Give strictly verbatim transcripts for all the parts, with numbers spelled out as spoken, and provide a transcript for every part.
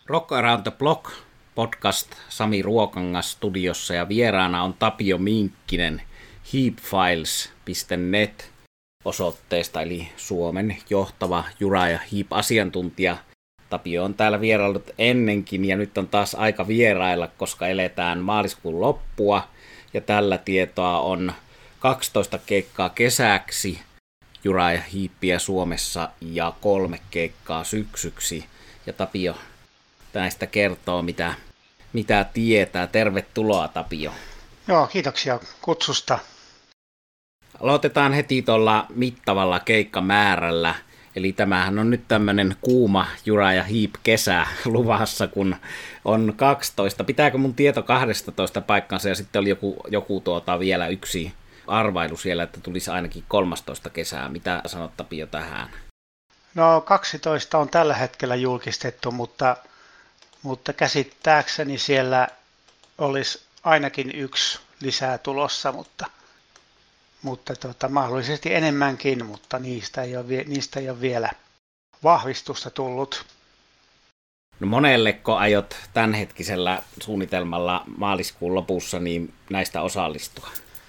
Rock Around the Block podcast Sami Ruokangas studiossa ja vieraana on Tapio Minkkinen heapfiles piste net osoitteesta, eli Suomen johtava jura- ja heap-asiantuntija. Tapio on täällä vieraillut ennenkin ja nyt on taas aika vierailla, koska eletään maaliskuun loppua ja tällä tietoa on kaksitoista keikkaa kesäksi jura- ja hiippiä Suomessa ja kolme keikkaa syksyksi. Ja Tapio näistä kertoo, mitä, mitä tietää. Tervetuloa, Tapio. Joo, kiitoksia kutsusta. Aloitetaan heti tuolla mittavalla keikkamäärällä. Eli tämähän on nyt tämmöinen kuuma jura- ja hiip-kesä luvassa, kun on kaksitoista. Pitääkö mun tieto kaksitoista paikkansa ja sitten oli joku, joku tuota vielä yksi arvailu siellä, että tulisi ainakin kolmastoista kesää. Mitä sanot, Tapio, tähän? No kaksitoista on tällä hetkellä julkistettu, mutta, mutta käsittääkseni siellä olisi ainakin yksi lisää tulossa, mutta, mutta tota, mahdollisesti enemmänkin, mutta niistä ei ole, niistä ei ole vielä vahvistusta tullut. No monelleko aiot tämänhetkisellä suunnitelmalla maaliskuun lopussa niin näistä osallistua?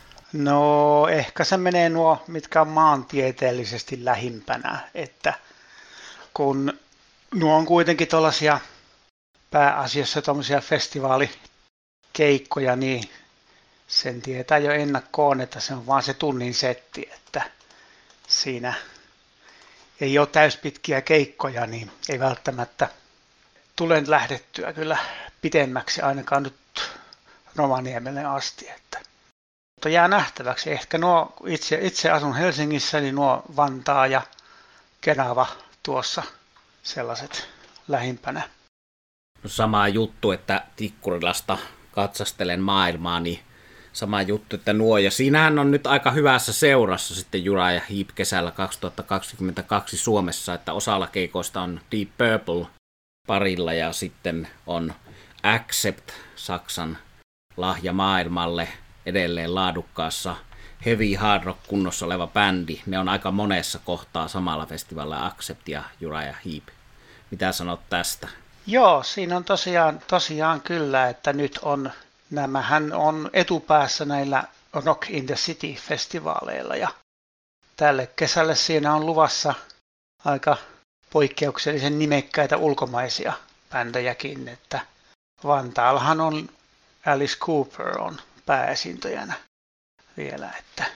No ehkä se menee nuo, mitkä on maantieteellisesti lähimpänä, että kun nuo on kuitenkin tuollaisia pääasiassa tuommoisia festivaalikeikkoja, niin sen tietää jo ennakkoon, että se on vaan se tunnin setti, että siinä ei ole täyspitkiä keikkoja, niin ei välttämättä tule lähdettyä kyllä pitemmäksi ainakaan nyt Rovaniemelle asti, että mutta jää nähtäväksi. Ehkä nuo, itse, itse asun Helsingissä, niin nuo Vantaa ja Kerava tuossa sellaiset lähimpänä. No sama juttu, että Tikkurilasta katsastelen maailmaa, niin sama juttu, että nuo. Ja siinähän on nyt aika hyvässä seurassa sitten jura- ja hiip kesällä kaksituhattakaksikymmentäkaksi Suomessa, että osalla keikoista on Deep Purple parilla ja sitten on Accept, Saksan lahja maailmalle, edelleen laadukkaassa heavy hard rock kunnossa oleva bändi. Ne on aika monessa kohtaa samalla festivaalilla Accept ja jura ja hiip. Mitä sanot tästä? Joo, siinä on tosiaan, tosiaan kyllä, että nyt on, nämähän on etupäässä näillä Rock in the City-festivaaleilla ja tälle kesälle siinä on luvassa aika poikkeuksellisen nimekkäitä ulkomaisia bändejäkin, että Vantaallahan on Alice Cooper on pääesiintyjänä vielä. Että.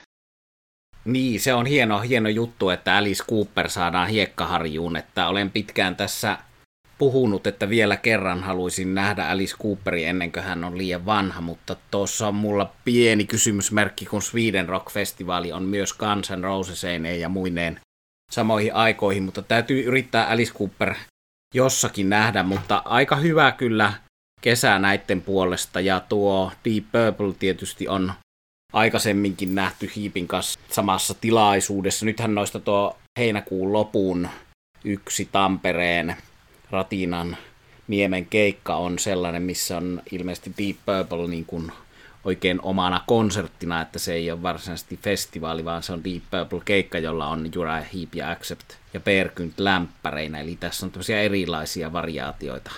Niin, se on hieno, hieno juttu, että Alice Cooper saadaan hiekkaharjuun, että olen pitkään tässä puhunut, että vielä kerran haluaisin nähdä Alice Cooperin ennen kuin hän on liian vanha, mutta tuossa on mulla pieni kysymysmerkki, kun Sweden Rock Festivaali on myös Guns N' Roseseineen ja muineen samoihin aikoihin, mutta täytyy yrittää Alice Cooper jossakin nähdä, mutta aika hyvä kyllä kesä näiden puolesta, ja tuo Deep Purple tietysti on aikaisemminkin nähty hiipin kanssa samassa tilaisuudessa. Nythän noista tuo heinäkuun lopun yksi Tampereen Ratinan Niemen keikka on sellainen, missä on ilmeisesti Deep Purple niin kuin oikein omana konserttina, että se ei ole varsinaisesti festivaali, vaan se on Deep Purple keikka, jolla on jura ja hiip ja Accept ja Per Gynt lämpäreinä, eli tässä on tämmöisiä erilaisia variaatioita.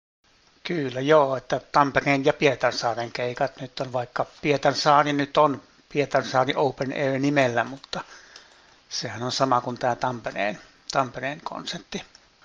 Kyllä joo, että Tampereen ja Pietarsaaren keikat nyt on, vaikka Pietarsaari nyt on Pietarsaari Open Air nimellä, mutta sehän on sama kuin tämä Tampereen, Tampereen konsertti.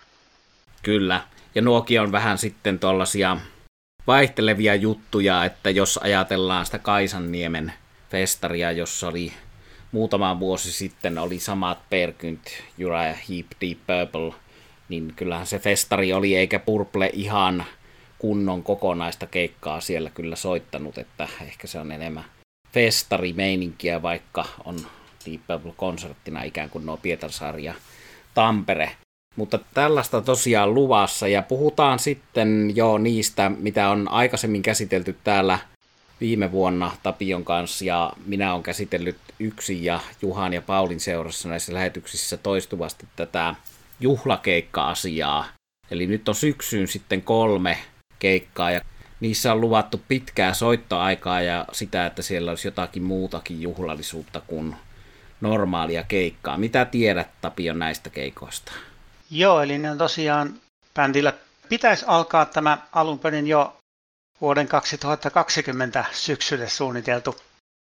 Kyllä, ja nuokin on vähän sitten tuollaisia vaihtelevia juttuja, että jos ajatellaan sitä Kaisanniemen festaria, jossa oli muutama vuosi sitten oli samat Per Gynt, jura ja hiip, Deep Purple, niin kyllähän se festari oli, eikä Purple ihan kunnon kokonaista keikkaa siellä kyllä soittanut, että ehkä se on enemmän festarimeininkiä, vaikka on Deep Purple-konserttina ikään kuin nuo Pietarsaari ja Tampere. Mutta tällaista tosiaan luvassa, ja puhutaan sitten jo niistä, mitä on aikaisemmin käsitelty täällä viime vuonna Tapion kanssa, ja minä olen käsitellyt yksin ja Juhan ja Paulin seurassa näissä lähetyksissä toistuvasti tätä juhlakeikka-asiaa. Eli nyt on syksyyn sitten kolme keikkaa, ja niissä on luvattu pitkää soittoaikaa ja sitä, että siellä olisi jotakin muutakin juhlallisuutta kuin normaalia keikkaa. Mitä tiedät, Tapio, näistä keikoista? Joo, eli ne on tosiaan bändillä Pitäisi alkaa tämä alun perin jo vuoden kaksituhattakaksikymmentä syksylle suunniteltu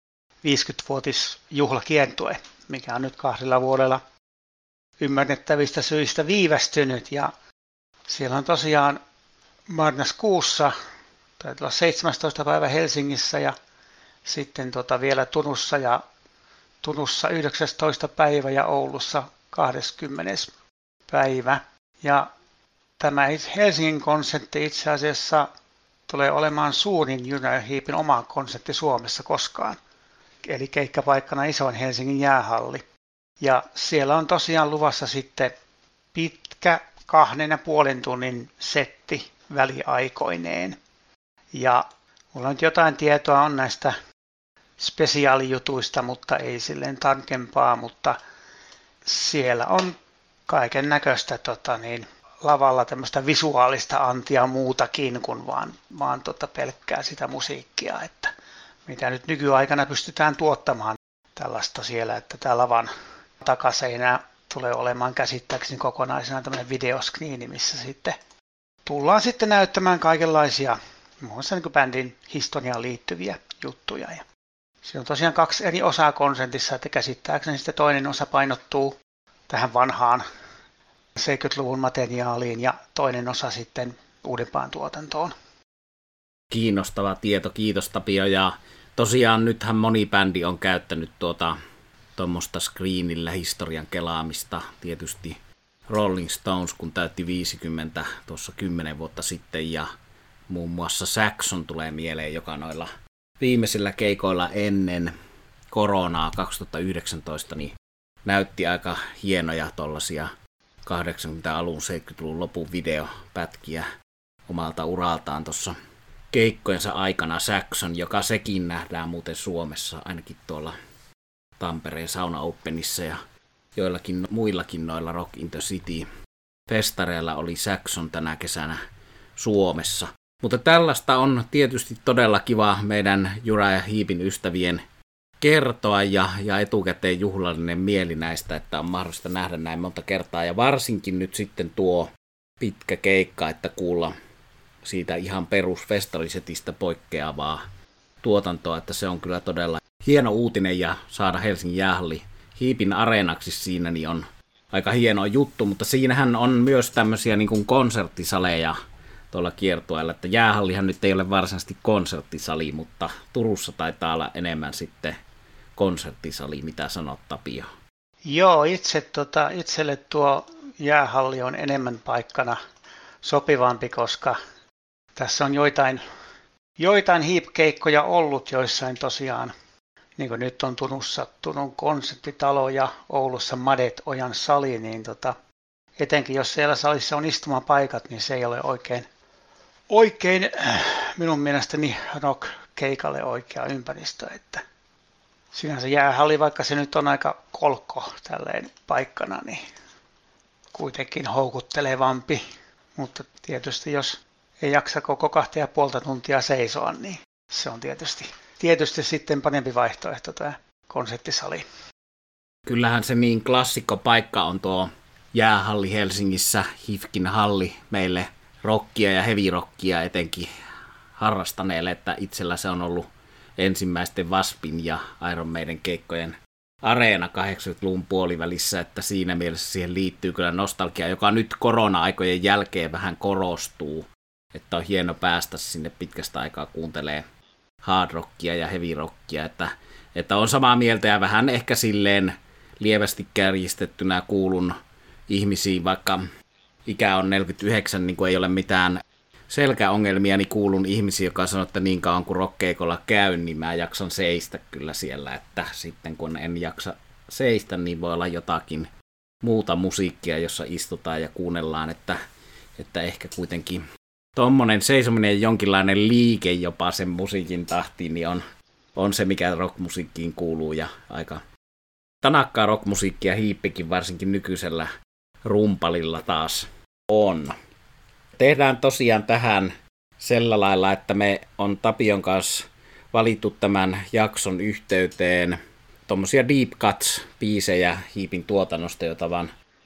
viisikymmenvuotisjuhlakiertue, mikä on nyt kahdella vuodella ymmärrettävistä syistä viivästynyt. Ja siellä on tosiaan marraskuussa, taitaa olla seitsemästoista päivä Helsingissä ja sitten tota vielä Turussa ja Turussa yhdeksästoista päivä ja Oulussa kahdeskymmenes päivä. Ja tämä Helsingin konsertti itse asiassa tulee olemaan suurin Jyrä ja Hiipin oma konsertti Suomessa koskaan. Eli keikkapaikkana isoin Helsingin jäähalli. Ja siellä on tosiaan luvassa sitten pitkä kahden ja puolen tunnin setti väliaikoineen. Ja mulla nyt jotain tietoa on näistä spesiaalijutuista, mutta ei silleen tarkempaa, mutta siellä on kaiken näköistä tota niin, lavalla tämmöistä visuaalista antia muutakin kuin vaan, vaan tota pelkkää sitä musiikkia, että mitä nyt nykyaikana pystytään tuottamaan tällaista siellä, että tämä lavan takaseinä tulee olemaan käsittääkseni kokonaisena tämmöinen videoskriini, missä sitten tullaan sitten näyttämään kaikenlaisia muun muassa niin bändin historiaan liittyviä juttuja. Ja siinä on tosiaan kaksi eri osaa konsertissa, että käsittääkseni sitten toinen osa painottuu tähän vanhaan seitsemänkymmentäluvun materiaaliin ja toinen osa sitten uudempaan tuotantoon. Kiinnostava tieto, kiitos Tapio. Ja tosiaan nythän moni bändi on käyttänyt tuota tuommoista screenillä historian kelaamista. Tietysti Rolling Stones, kun täytti viisikymmentä tuossa kymmenen vuotta sitten, ja muun muassa Saxon tulee mieleen, joka noilla viimeisillä keikoilla ennen koronaa kaksituhattayhdeksäntoista niin näytti aika hienoja tollaisia kahdeksankymmentä-alun, seitsemänkymmentäluvun lopun videopätkiä omalta uraltaan tuossa keikkojensa aikana. Saxon, joka sekin nähdään muuten Suomessa, ainakin tuolla Tampereen Sauna Openissa ja joillakin muillakin noilla Rock in the City -festareilla oli Saxon tänä kesänä Suomessa. Mutta tällaista on tietysti todella kiva meidän Jyrä ja Hiipin ystävien kertoa ja, ja etukäteen juhlallinen mieli näistä, että on mahdollista nähdä näin monta kertaa. Ja varsinkin nyt sitten tuo pitkä keikka, että kuulla siitä ihan perusfestarisetistä poikkeavaa tuotantoa, että se on kyllä todella hieno uutinen, ja saada Helsingin jäähalli Hiipin areenaksi siinä niin on aika hieno juttu, mutta siinähän on myös tämmöisiä niin kuin konserttisaleja tuolla kiertueella, että jäähallihan nyt ei ole varsinaisesti konserttisali, mutta Turussa taitaa olla enemmän sitten konserttisali, mitä sanot Tapio? Joo, itse, tota, itselle tuo jäähalli on enemmän paikkana sopivampi, koska tässä on joitain, joitain hiipkeikkoja ollut joissain tosiaan, niin kuin nyt on Turussa Turun konserttitalo ja Oulussa Madet Ojan sali, niin tota, etenkin jos siellä salissa on istumapaikat, niin se ei ole oikein, oikein minun mielestäni rock-keikalle oikea ympäristö. Että sinänsä jäähalli, vaikka se nyt on aika kolkko tälleen paikkana, niin kuitenkin houkuttelevampi. Mutta tietysti jos ei jaksa koko kahta ja puolta tuntia seisoa, niin se on tietysti, tietysti sitten parempi vaihtoehto tämä konserttisali. Kyllähän se niin klassikko paikka on tuo jäähalli Helsingissä, Hifkin halli meille rockia ja heavy-rockia etenkin harrastaneelle, että itsellä se on ollut ensimmäisten Waspin ja Iron Maiden keikkojen areena kahdeksankymmentäluvun puolivälissä, että siinä mielessä siihen liittyy kyllä nostalgia, joka nyt korona-aikojen jälkeen vähän korostuu, että on hieno päästä sinne pitkästä aikaa kuuntelee hard rockia ja heavy rockia, että, että on samaa mieltä ja vähän ehkä silleen lievästi kärjistettynä kuulun ihmisiin, vaikka ikä on neljäkymmentäyhdeksän, niin kuin ei ole mitään selkäongelmia, niin kuulun ihmisiä, joka sanoo, että niin kauan kuin rockkeikolla käyn, niin mä jaksan seistä kyllä siellä, että sitten kun en jaksa seistä, niin voi olla jotakin muuta musiikkia, jossa istutaan ja kuunnellaan, että, että ehkä kuitenkin tommonen seisominen ja jonkinlainen liike jopa sen musiikin tahtiin, niin on, on se, mikä rockmusiikkiin kuuluu, ja aika tanakkaa rockmusiikkia Hiippikin varsinkin nykyisellä rumpalilla taas on. Tehdään tosiaan tähän sillä lailla, että me on Tapion kanssa valittu tämän jakson yhteyteen tommosia deep cuts-biisejä Hiipin tuotannosta, jota vaan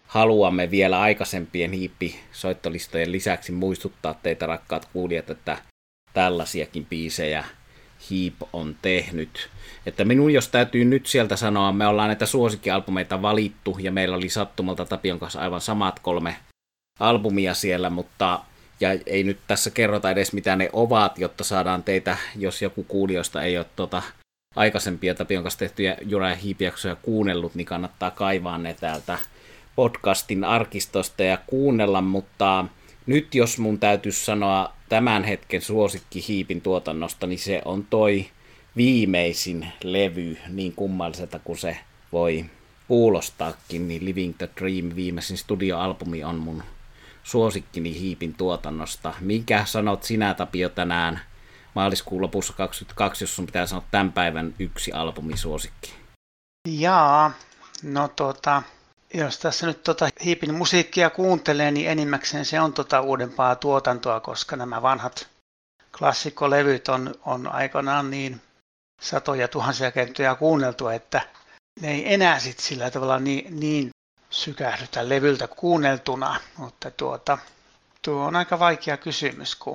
haluamme vielä aikaisempien hiippisoittolistojen lisäksi muistuttaa teitä, rakkaat kuulijat, että tällaisiakin biisejä Heap on tehnyt. Että minun jos täytyy nyt sieltä sanoa, me ollaan näitä suosikkialbumeita valittu ja meillä oli sattumalta Tapion kanssa aivan samat kolme albumia siellä, mutta ja ei nyt tässä kerrota edes mitä ne ovat, jotta saadaan teitä, jos joku kuulijoista ei ole tuota aikaisempia Tapion kanssa tehtyjä Uriah Heep-jaksoja kuunnellut, niin kannattaa kaivaa ne täältä podcastin arkistosta ja kuunnella, mutta nyt jos mun täytyisi sanoa tämän hetken suosikki Heapin tuotannosta, niin se on toi viimeisin levy, niin kummalliselta kuin se voi kuulostaakin, niin Living the Dream, viimeisin studioalbumi on mun suosikkini Heapin tuotannosta. Mikä sanot sinä, Tapio, tänään maaliskuun lopussa kaksikymmentäkaksi, jos sun pitää sanoa tämän päivän yksi albumisuosikki? Jaa, no tota, jos tässä nyt tota Heapin musiikkia kuuntelee, niin enimmäkseen se on tota uudempaa tuotantoa, koska nämä vanhat klassikkolevyt on, on aikanaan niin satoja tuhansia kertoja kuunneltu, että ne ei enää sit sillä tavalla niin, niin sykähdytä levyltä kuunneltuna, mutta tuota, tuo on aika vaikea kysymys, kun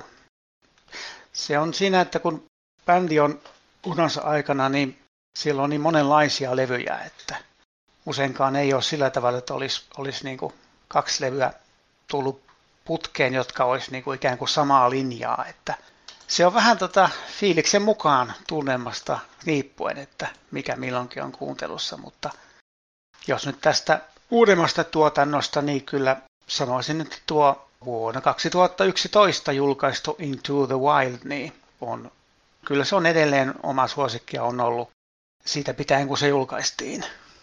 se on siinä, että kun bändi on uransa aikana, niin siellä on niin monenlaisia levyjä, että useinkaan ei ole sillä tavalla, että olisi, olisi niin kuin kaksi levyä tullut putkeen, jotka olisi niin kuin ikään kuin samaa linjaa, että se on vähän tota fiiliksen mukaan tunnelmasta riippuen, että mikä milloinkin on kuuntelussa, mutta jos nyt tästä uudemmasta tuotannosta, niin kyllä sanoisin, että tuo vuonna kaksituhattayksitoista julkaistu Into the Wild, niin on, kyllä se on edelleen oma suosikki ja on ollut siitä pitäen, kun se julkaistiin.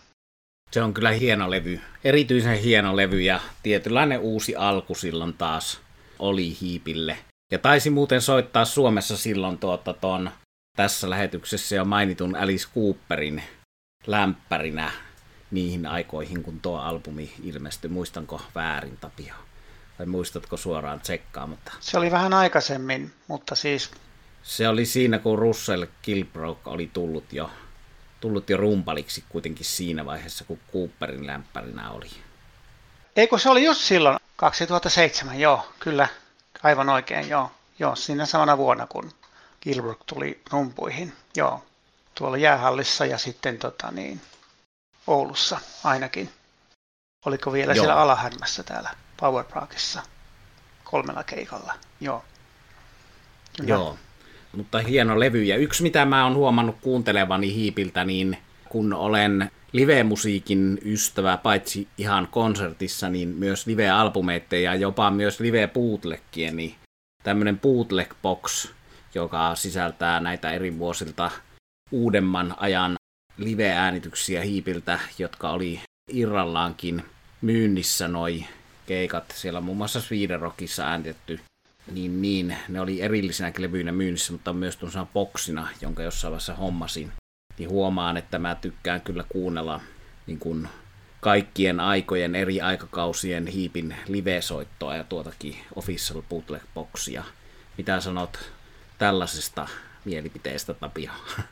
Se on kyllä hieno levy, erityisen hieno levy ja tietynlainen uusi alku silloin taas oli Heapille. Ja taisi muuten soittaa Suomessa silloin tuota ton, tässä lähetyksessä jo mainitun Alice Cooperin lämpärinä niihin aikoihin, kun tuo albumi ilmestyi. Muistanko väärin, Tapio? Vai muistatko suoraan tsekkaamatta? Se oli vähän aikaisemmin, mutta siis... Se oli siinä, kun Russell Kilbrough oli tullut jo, tullut jo rumpaliksi kuitenkin siinä vaiheessa, kun Cooperin lämpärinä oli. Eikö se oli just silloin, kaksituhattaseitsemän, joo, kyllä, aivan oikein, joo. Joo, siinä samana vuonna, kun Kilbrough tuli rumpuihin, joo. Tuolla jäähallissa ja sitten tota niin, Oulussa ainakin. Oliko vielä joo. Siellä Alahärmässä täällä Power Parkissa kolmella keikalla, joo. Kyllä. Joo, mutta hieno levy. Ja yksi, mitä mä oon huomannut kuuntelevani Heapiltä, niin kun olen live-musiikin ystävä, paitsi ihan konsertissa, niin myös live-albumeiden ja jopa myös live-bootleggien, niin tämmöinen bootleg-box, joka sisältää näitä eri vuosilta uudemman ajan live-äänityksiä Heapiltä, jotka oli irrallaankin myynnissä noi keikat. Siellä on muun muassa Sweden Rockissa äänitetty. Niin, niin, ne oli erillisenä levyinä myynnissä, mutta myös tuossa boksina, jonka jossain vaiheessa hommasin. Niin huomaan, että mä tykkään kyllä kuunnella niin kuin kaikkien aikojen eri aikakausien Heapin live-soittoa ja tuotakin Official Bootleg-boksia. Mitä sanot tällaisesta mielipiteestä, Tapio?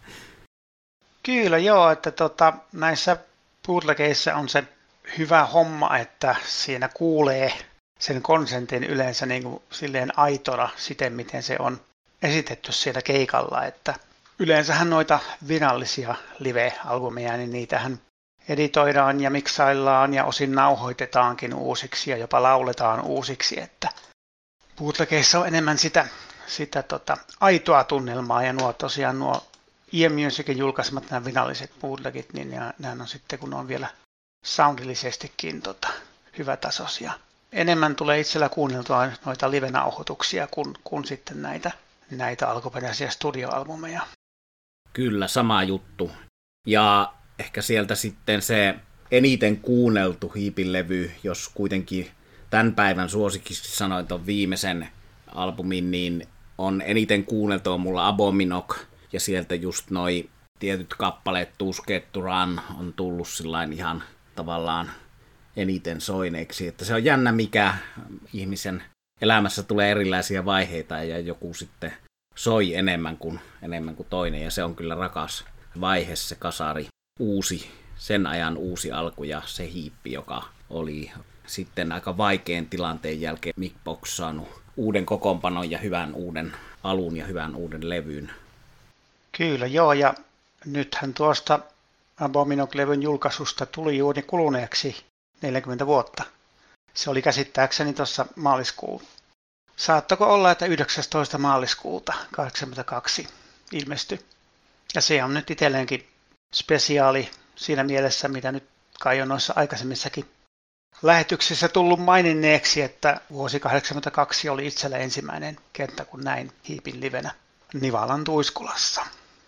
Kyllä joo, että tota, näissä bootlegeissa on se hyvä homma, että siinä kuulee sen konsentin yleensä niin kuin silleen aitona siten, miten se on esitetty siellä keikalla, että yleensähän noita virallisia live-albumeja, niin niitähän editoidaan ja miksaillaan ja osin nauhoitetaankin uusiksi ja jopa lauletaan uusiksi, että bootlegeissa on enemmän sitä, sitä tota, aitoa tunnelmaa ja nuo tosiaan nuo E-Musicin julkaisemat nämä viralliset bootlegit, niin nämä on sitten kun on vielä soundillisestikin tota, hyvätasoisia. Enemmän tulee itsellä kuunneltua noita live-nauhoituksia kuin, kuin sitten näitä, näitä alkuperäisiä studioalbumeja. Kyllä, sama juttu. Ja ehkä sieltä sitten se eniten kuunneltu Heapin levy, jos kuitenkin tämän päivän suosikiksi sanoin ton viimeisen albumin, niin on eniten kuunneltu on mulla Abominok, ja sieltä just noi tietyt kappaleet Tusket to Run on tullut sillain ihan tavallaan eniten soineeksi, että se on jännä, mikä ihmisen elämässä tulee erilaisia vaiheita ja joku sitten soi enemmän kuin, enemmän kuin toinen ja se on kyllä rakas vaihe se kasari, uusi, sen ajan uusi alku ja se hiippi, joka oli sitten aika vaikean tilanteen jälkeen Mick Box saanut uuden kokoonpanon ja hyvän uuden alun ja hyvän uuden levyn. Kyllä joo, ja nythän tuosta Abominok-levyn julkaisusta tuli juuri kuluneeksi neljäkymmentä vuotta. Se oli käsittääkseni tuossa maaliskuun. Saattako olla, että yhdeksästoista maaliskuuta kahdeksankymmentäkaksi ilmestyi. Ja se on nyt itselleenkin spesiaali siinä mielessä, mitä nyt kai on noissa aikaisemmissakin lähetyksissä tullut maininneeksi, että vuosi kahdeksankymmentäkaksi oli itsellä ensimmäinen kerta, kun näin Heapin livenä Nivalan Tuiskulassa.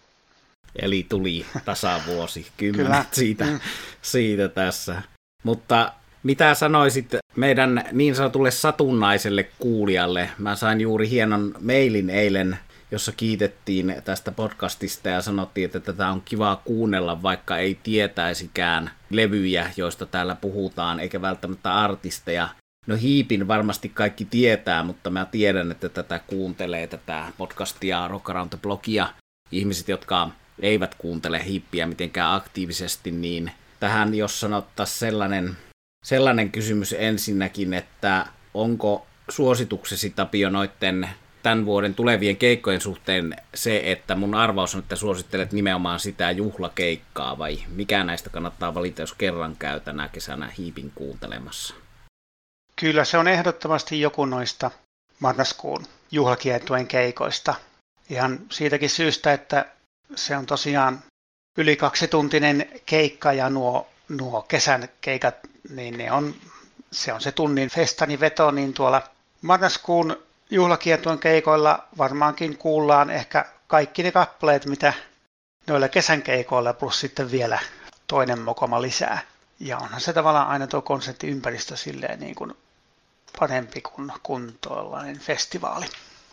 Eli tuli tasavuosi, kymmenet siitä, siitä tässä. Mutta mitä sanoisit meidän niin sanotulle satunnaiselle kuulijalle? Mä sain juuri hienon mailin eilen, jossa kiitettiin tästä podcastista ja sanottiin, että tätä on kiva kuunnella, vaikka ei tietäisikään levyjä, joista täällä puhutaan, eikä välttämättä artisteja. No Heapin varmasti kaikki tietää, mutta mä tiedän, että tätä kuuntelee, tätä podcastia, Rock Around the Blogia, ihmiset, jotka eivät kuuntele Heapia mitenkään aktiivisesti, niin tähän jos sanottaisiin sellainen, sellainen kysymys ensinnäkin, että onko suosituksesi, Tapio, noitten tämän vuoden tulevien keikkojen suhteen se, että mun arvaus on, että suosittelet nimenomaan sitä juhlakeikkaa, vai mikä näistä kannattaa valita, jos kerran käy tänä kesänä Heapin kuuntelemassa? Kyllä se on ehdottomasti joku noista marraskuun juhlakiertueen keikoista. Ihan siitäkin syystä, että se on tosiaan yli kaksituntinen keikka ja nuo, nuo kesän keikat, niin ne on, se on se tunnin festaniveto, niin tuolla marraskuun juhlakiertueen keikoilla varmaankin kuullaan ehkä kaikki ne kappaleet, mitä noilla kesän keikoilla, plus sitten vielä toinen mokoma lisää. Ja onhan se tavallaan aina tuo konserttiympäristö silleen niin kuin parempi kuin, kuin tuollainen festivaali.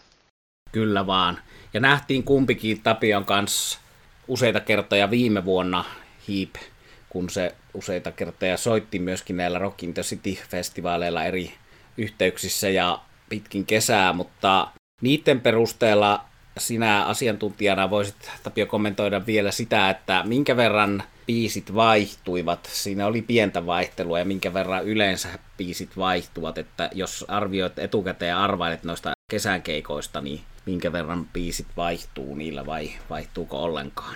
Kyllä vaan. Ja nähtiin kumpikin Tapion kanssa useita kertoja viime vuonna Heap, kun se useita kertoja soitti myöskin näillä Rock in the City-festivaaleilla eri yhteyksissä ja pitkin kesää, mutta niiden perusteella sinä asiantuntijana voisit, Tapio, kommentoida vielä sitä, että minkä verran biisit vaihtuivat. Siinä oli pientä vaihtelua ja minkä verran yleensä biisit vaihtuvat, että jos arvioit etukäteen ja arvailet noista kesän keikoista, niin minkä verran biisit vaihtuu niillä vai vaihtuuko ollenkaan?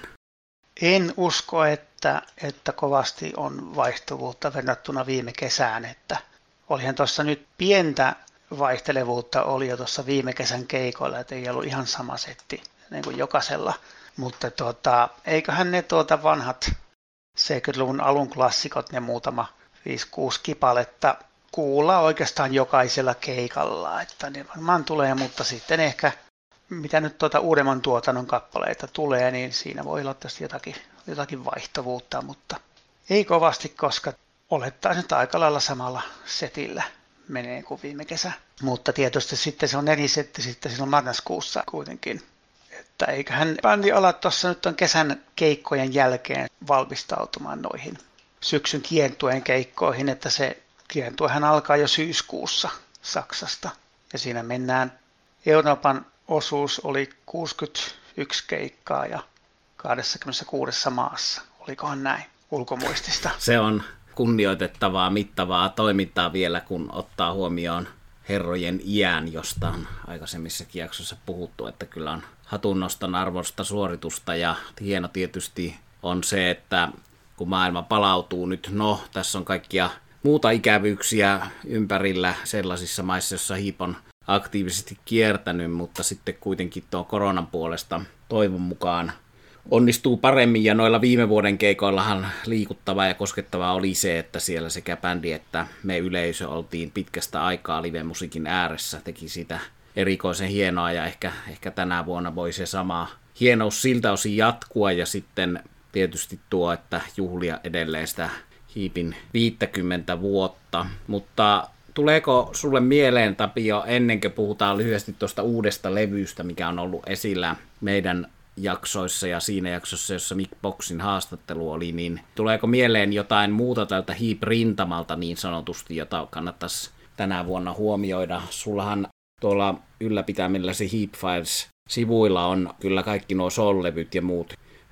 En usko, että, että kovasti on vaihtuvuutta verrattuna viime kesään, että olihan tuossa nyt pientä vaihtelevuutta oli jo tuossa viime kesän keikoilla, että ei ollut ihan sama setti niin kuin jokaisella, mutta tuota, eiköhän ne tuota vanhat seitsemänkymmentäluvun alun klassikot, ne muutama viisi kuusi kipaletta kuulla oikeastaan jokaisella keikalla, että ne varmaan tulee, mutta sitten ehkä mitä nyt tuota uudemman tuotannon kappaleita tulee, niin siinä voi olla tietysti jotakin, jotakin vaihtuvuutta, mutta ei kovasti, koska olettaisin, että aika lailla samalla setillä menee kuin viime kesä. Mutta tietysti sitten se on eri setti sitten silloin marraskuussa kuitenkin. Että eiköhän bändi ala tuossa nyt on kesän keikkojen jälkeen valmistautumaan noihin syksyn kiertueen keikkoihin, että se kiertuehän alkaa jo syyskuussa Saksasta. Ja siinä mennään, Euroopan osuus oli kuusikymmentäyksi keikkaa ja kaksikymmentäkuusi maassa. Olikohan näin ulkomuistista? Se on kunnioitettavaa, mittavaa toimintaa vielä, kun ottaa huomioon herrojen iän, josta on aikaisemmissakin jaksoissa puhuttu, että kyllä on hatunnoston arvosta suoritusta, ja hieno tietysti on se, että kun maailma palautuu nyt, no tässä on kaikkia muuta ikävyyksiä ympärillä sellaisissa maissa, joissa Heap on aktiivisesti kiertänyt, mutta sitten kuitenkin tuon koronan puolesta toivon mukaan onnistuu paremmin, ja noilla viime vuoden keikoillahan liikuttavaa ja koskettavaa oli se, että siellä sekä bändi että me yleisö oltiin pitkästä aikaa live-musiikin ääressä, teki siitä erikoisen hienoa, ja ehkä, ehkä tänä vuonna voi se sama hienous siltä osin jatkua, ja sitten tietysti tuo, että juhlia edelleen sitä Heapin viittäkymmentä vuotta, mutta tuleeko sulle mieleen, Tapio, ennen kuin puhutaan lyhyesti tuosta uudesta levystä, mikä on ollut esillä meidän jaksoissa ja siinä jaksossa, jossa Mick Boxin haastattelu oli, niin tuleeko mieleen jotain muuta tältä Heap-rintamalta niin sanotusti, jota kannattaisi tänä vuonna huomioida? Sullahan tuolla ylläpitämilläsi Heap Files-sivuilla on kyllä kaikki nuo soul-levyt ja muut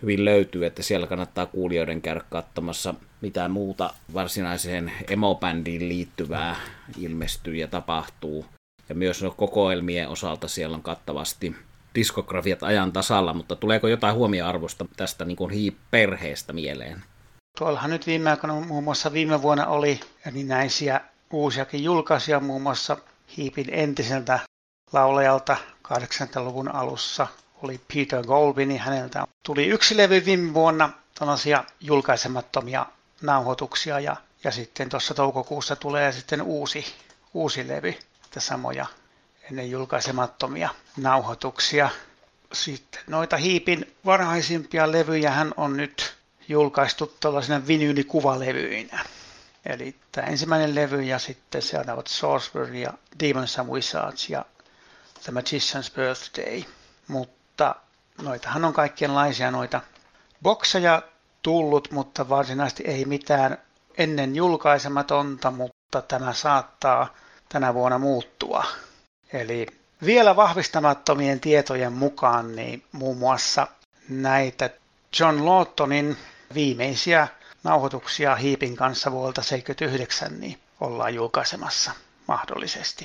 hyvin löytyy, että siellä kannattaa kuulijoiden käydä katsomassa, mitä muuta varsinaiseen emo-bändiin liittyvää ilmestyy ja tapahtuu. Ja myös no kokoelmien osalta siellä on kattavasti diskografiat ajan tasalla, mutta tuleeko jotain huomioarvosta tästä niin kuin Heap-perheestä mieleen? Tuollahan nyt viime aikoina muun muassa viime vuonna oli erinäisiä uusiakin julkaisuja, muun muassa Heapin entiseltä laulajalta kahdeksankymmentäluvun alussa oli Peter Golby, niin häneltä tuli yksi levy viime vuonna, tällaisia julkaisemattomia nauhoituksia, ja, ja sitten tuossa toukokuussa tulee sitten uusi, uusi levy, että samoja ennen julkaisemattomia nauhoituksia. Sitten noita Heapin varhaisimpia levyjä hän on nyt julkaistu tällaisena vinyylikuvalevyyinä. Eli tämä ensimmäinen levy ja sitten seuraavat Sorcerer ja Demons and Wizards ja The Magician's Birthday. Mutta noitahan on kaikkienlaisia noita bokseja tullut, mutta varsinaisesti ei mitään ennen julkaisematonta, mutta tämä saattaa tänä vuonna muuttua. Eli vielä vahvistamattomien tietojen mukaan niin muun muassa näitä John Lawtonin viimeisiä nauhoituksia Heapin kanssa vuodelta seitsemänkymmentäyhdeksän niin ollaan julkaisemassa mahdollisesti.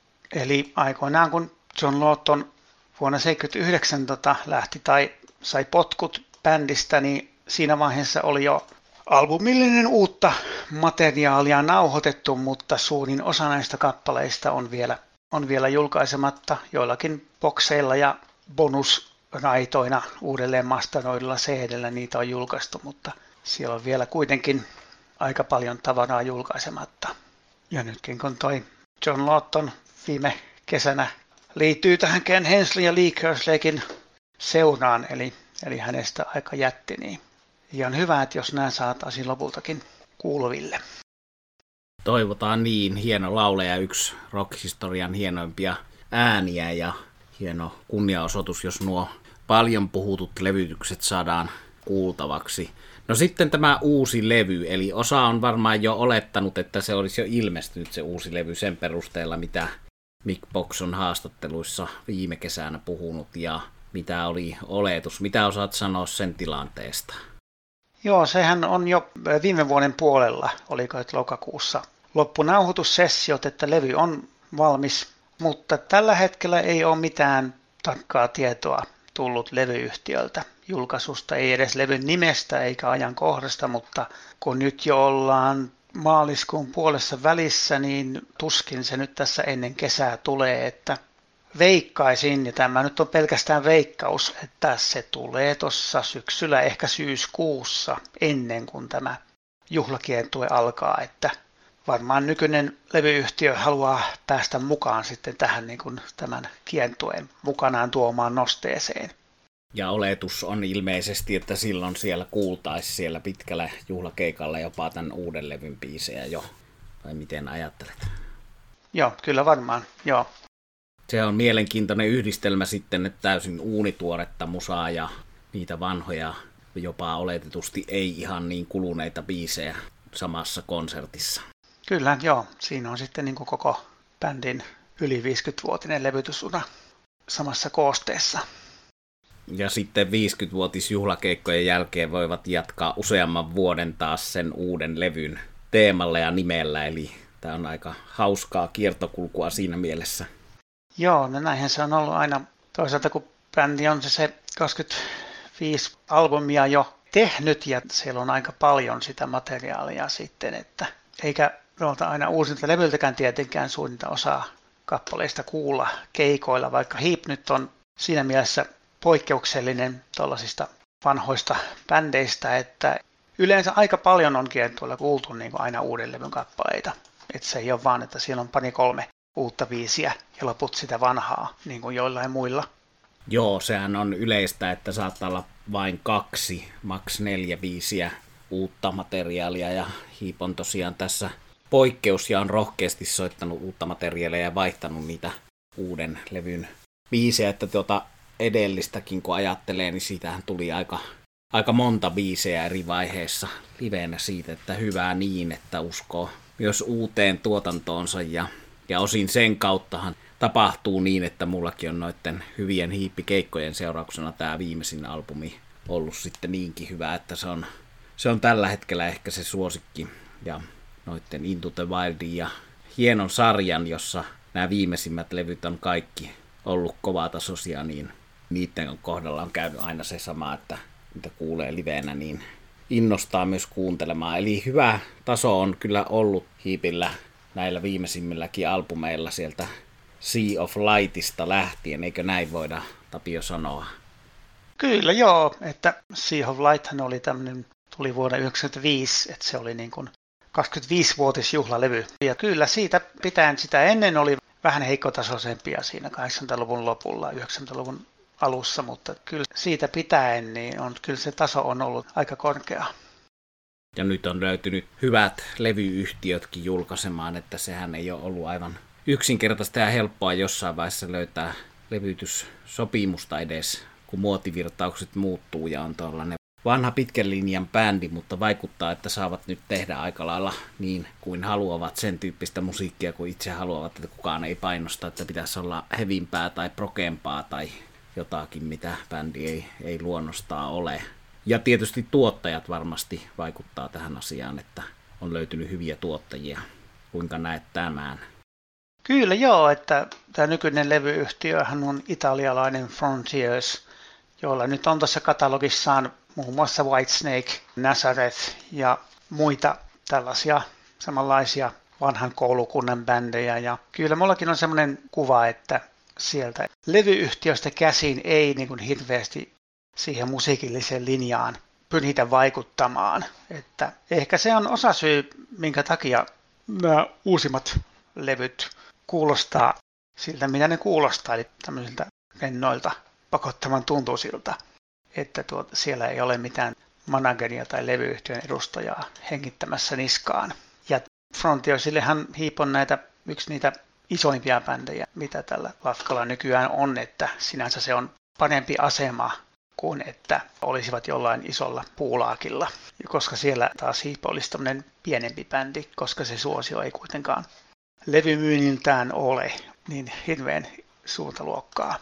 Eli aikoinaan kun John Lawton vuonna seitsemänkymmentäyhdeksän tota, lähti tai sai potkut bändistä, niin siinä vaiheessa oli jo albumillinen uutta materiaalia nauhoitettu, mutta suurin osa näistä kappaleista on vielä, on vielä julkaisematta joillakin bokseilla ja bonusraitoina uudelleen masteroidulla C D:llä niitä on julkaistu, mutta siellä on vielä kuitenkin aika paljon tavaraa julkaisematta. Ja nytkin kun toi John Lawton viime kesänä liittyy tähän Ken Hensley ja Lee Kersleyin seuraan, eli, eli hänestä aika jätti, niin ihan hyvä, että jos nämä saataisiin lopultakin kuuluville. Toivotaan niin. Hieno laulaja, yksi rock-historian hienoimpia ääniä ja hieno kunniaosoitus, jos nuo paljon puhutut levytykset saadaan kuultavaksi. No sitten tämä uusi levy, eli osa on varmaan jo olettanut, että se olisi jo ilmestynyt se uusi levy sen perusteella, mitä Mick Box on haastatteluissa viime kesänä puhunut ja mitä oli oletus. Mitä osaat sanoa sen tilanteesta? Joo, sehän on jo viime vuoden puolella, oliko nyt lokakuussa, loppunauhoitussessiot, että levy on valmis, mutta tällä hetkellä ei ole mitään tarkkaa tietoa tullut levyyhtiöltä julkaisusta, ei edes levyn nimestä eikä ajankohdasta, mutta kun nyt jo ollaan maaliskuun puolessa välissä, niin tuskin se nyt tässä ennen kesää tulee, että veikkaisin, ja tämä nyt on pelkästään veikkaus, että se tulee tuossa syksyllä, ehkä syyskuussa, ennen kuin tämä juhlakiertue alkaa, että varmaan nykyinen levyyhtiö haluaa päästä mukaan sitten tähän niin kuin tämän kiertueen mukanaan tuomaan nosteeseen. Ja oletus on ilmeisesti, että silloin siellä kuultaisi siellä pitkällä juhlakeikalla jopa tämän uuden levyn biisejä jo. Vai miten ajattelet? Joo, kyllä varmaan, joo. Se on mielenkiintoinen yhdistelmä sitten, että täysin uunituoretta musaa ja niitä vanhoja, jopa oletetusti ei ihan niin kuluneita biisejä samassa konsertissa. Kyllä, joo. Siinä on sitten niin kuin koko bändin yli viisikymmenvuotinen levytysura samassa koosteessa. Ja sitten viisikymmenvuotisjuhlakeikkojen jälkeen voivat jatkaa useamman vuoden taas sen uuden levyn teemalla ja nimellä, eli tämä on aika hauskaa kiertokulkua siinä mielessä. Joo, no näinhän se on ollut aina. Toisaalta kun bändi on se, se kaksikymmentäviisi albumia jo tehnyt ja siellä on aika paljon sitä materiaalia sitten, että eikä tuolta aina uusinta levyltäkään tietenkään suurinta osaa kappaleista kuulla keikoilla, vaikka Heap nyt on siinä mielessä poikkeuksellinen tuollaisista vanhoista bändeistä, että yleensä aika paljon on kiertueella kuultu niin kuin aina uuden levyn kappaleita. Että se ei ole vaan, että siellä on pari kolme uutta biisiä ja loput sitä vanhaa, niin kuin joillain muilla. Joo, sehän on yleistä, että saattaa olla vain kaksi, maks neljä biisiä uutta materiaalia, ja Heap on tosiaan tässä poikkeus ja on rohkeasti soittanut uutta materiaalia ja vaihtanut niitä uuden levyn biisejä, että tuota edellistäkin kun ajattelee, niin siitähän tuli aika, aika monta biisejä eri vaiheessa liveenä siitä, että hyvää niin, että uskoo myös uuteen tuotantoonsa ja, ja osin sen kauttahan tapahtuu niin, että mullakin on noiden hyvien hiippikeikkojen seurauksena tämä viimeisin albumi ollut sitten niinkin hyvä, että se on, se on tällä hetkellä ehkä se suosikki. Ja noitten Into the Wildin ja hienon sarjan, jossa nämä viimeisimmät levyt on kaikki ollut kovatasoisia, niin niiden kohdalla on käynyt aina se sama, että mitä kuulee liveenä, niin innostaa myös kuuntelemaan. Eli hyvä taso on kyllä ollut Heapillä näillä viimeisimmilläkin albumeilla sieltä Sea of Lightista lähtien, eikö näin voida Tapio sanoa? Kyllä joo, että Sea of Lighthan oli tämmöinen, tuli vuonna yhdeksänkymmentäviisi, että se oli niin kuin kaksikymmentäviisivuotisjuhlalevy. Ja kyllä siitä pitäen sitä ennen oli vähän heikkotasoisempia siinä kahdeksankymmentäluvun lopulla, yhdeksänkymmentäluvun alussa, mutta kyllä siitä pitäen niin on, kyllä se taso on ollut aika korkea. Ja nyt on löytynyt hyvät levyyhtiötkin julkaisemaan, että sehän ei ole ollut aivan yksinkertaista ja helppoa jossain vaiheessa löytää levytyssopimusta edes, kun muotivirtaukset muuttuu ja on tuollainen vanha pitkän linjan bändi, mutta vaikuttaa, että saavat nyt tehdä aika lailla niin kuin haluavat, sen tyyppistä musiikkia kuin itse haluavat, että kukaan ei painosta, että pitäisi olla hevimpää tai prokeempaa tai jotakin, mitä bändi ei, ei luonnostaan ole. Ja tietysti tuottajat varmasti vaikuttaa tähän asiaan, että on löytynyt hyviä tuottajia. Kuinka näet tämän? Kyllä joo, että tämä nykyinen levyyhtiöhän on italialainen Frontiers, jolla nyt on tuossa katalogissaan muun muassa Whitesnake, Nazareth ja muita tällaisia samanlaisia vanhan koulukunnan bändejä. Ja kyllä mullakin on semmoinen kuva, että sieltä levyyhtiöstä käsin ei niin kuin hirveästi siihen musiikilliseen linjaan pyritä vaikuttamaan. Että ehkä se on osa syy, minkä takia nämä uusimmat levyt kuulostaa siltä, mitä ne kuulostaa, eli tämmöisiltä rennoilta, pakottavan tuntuisilta, että tuota, siellä ei ole mitään manageria tai levyyhtiön edustajaa hengittämässä niskaan. Ja Frontiersillehan Heap on näitä, yksi niitä isoimpia bändejä, mitä tällä Lafkalla nykyään on, että sinänsä se on parempi asema kuin että olisivat jollain isolla puulaakilla, koska siellä taas Heap olisi tämmöinen pienempi bändi, koska se suosio ei kuitenkaan levymyynniltään ole niin hirveän suurta luokkaa.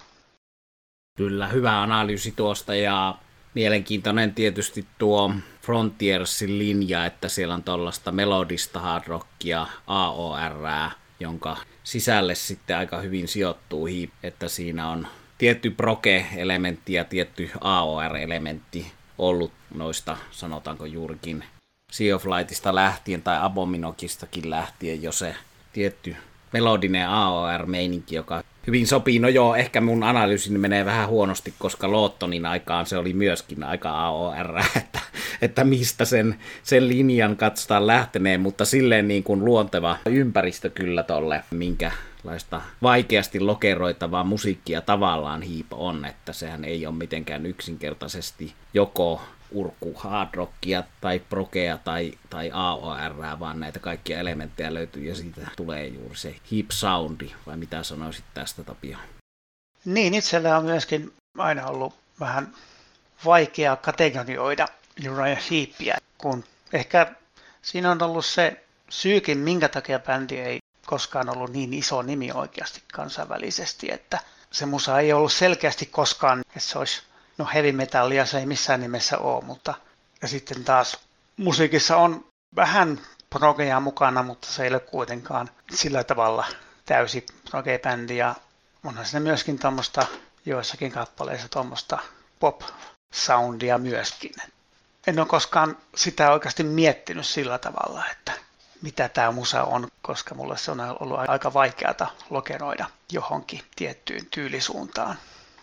Kyllä, hyvä analyysi tuosta ja mielenkiintoinen tietysti tuo Frontiersin linja, että siellä on tuollaista melodista hard rockia, A O R, jonka sisälle sitten aika hyvin sijoittuu Heap, että siinä on tietty proge-elementti ja tietty A O R-elementti ollut noista, sanotaanko juurikin Sea of Lightista lähtien tai Abominokistakin lähtien jo se tietty melodinen A O R-meininki, joka hyvin sopii. No joo, ehkä mun analyysin menee vähän huonosti, koska Lawtonin aikaan se oli myöskin aika A O R, että, että mistä sen, sen linjan katsotaan lähteneen, mutta silleen niin kuin luonteva ympäristö kyllä tolle, minkälaista vaikeasti lokeroitavaa musiikkia tavallaan Heap on, että sehän ei ole mitenkään yksinkertaisesti joko urku hard rockia tai progea tai, tai A O R, vaan näitä kaikkia elementtejä löytyy ja siitä tulee juuri se Heap soundi, vai mitä sanoisit tästä, Tapio? Niin, itsellä on myöskin aina ollut vähän vaikea kategorioida Uriah Heapia, kun ehkä siinä on ollut se syykin, minkä takia bändi ei koskaan ollut niin iso nimi oikeasti kansainvälisesti, että se musa ei ollut selkeästi koskaan, että se olisi no heavy metallia se ei missään nimessä ole, mutta ja sitten taas musiikissa on vähän progea mukana, mutta se ei ole kuitenkaan sillä tavalla täysi proge-bändi ja onhan siinä myöskin tuommoista joissakin kappaleissa tuommoista pop-soundia myöskin. En ole koskaan sitä oikeasti miettinyt sillä tavalla, että mitä tämä musa on, koska mulle se on ollut aika vaikeata lokeroida johonkin tiettyyn tyylisuuntaan.